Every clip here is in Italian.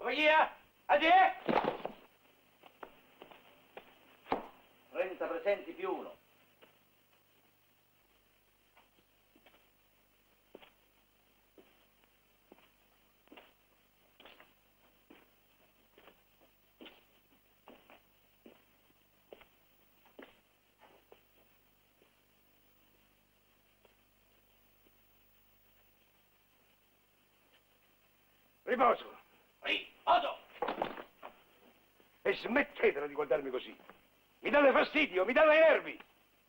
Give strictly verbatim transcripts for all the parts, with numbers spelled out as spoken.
Compagnia, addio! trenta presenti più uno. Riposo. Riposo! E smettetela di guardarmi così. Mi date fastidio, mi date i nervi.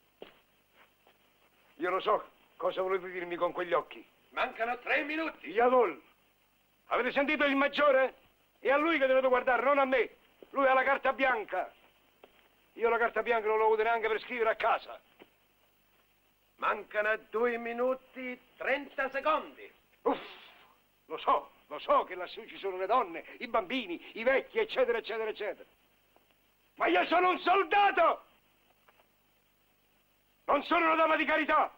Io lo so cosa volete dirmi con quegli occhi. Mancano tre minuti. Iadol, avete sentito il maggiore? È a lui che dovete guardare, non a me. Lui ha la carta bianca. Io la carta bianca non l'ho avuta neanche per scrivere a casa. Mancano due minuti, trenta secondi. Uff, lo so. Lo so che lassù ci sono le donne, i bambini, i vecchi, eccetera, eccetera, eccetera. Ma io sono un soldato! Non sono una dama di carità!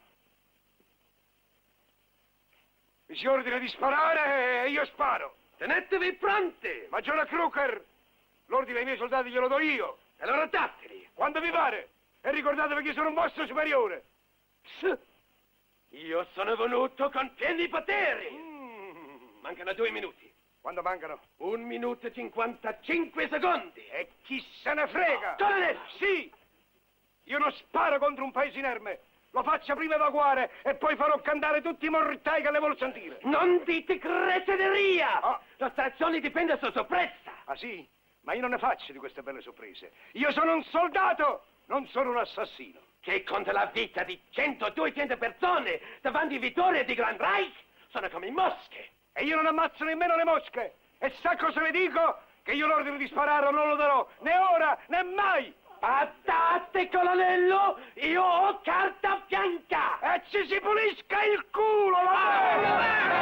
Mi si ordina di sparare e io sparo. Tenetevi pronti! Maggiore Crooker, l'ordine ai miei soldati glielo do io. E allora dateli! Quando vi pare. E ricordatevi che io sono un vostro superiore. Psst. Io sono venuto con pieni poteri! Mm. Mancano due minuti. Quando mancano? Un minuto e cinquantacinque secondi. E chi se ne frega? Colonnello! Sì! Io non sparo contro un paese inerme. Lo faccio prima evacuare e poi farò cantare tutti i mortai che le vuol sentire. Non dite creteneria! Ah. La stazione dipende da sorpresa. Ah sì? Ma io non ne faccio di queste belle sorprese. Io sono un soldato, non sono un assassino. Che conta la vita di cento duecento persone davanti a vittorie di Grand Reich sono come mosche. E io non ammazzo nemmeno le mosche. E sa cosa le dico? Che io l'ordine di sparare non lo darò, né ora, né mai. Patate, colonnello, io ho carta bianca. E ci si pulisca il culo! Va bene!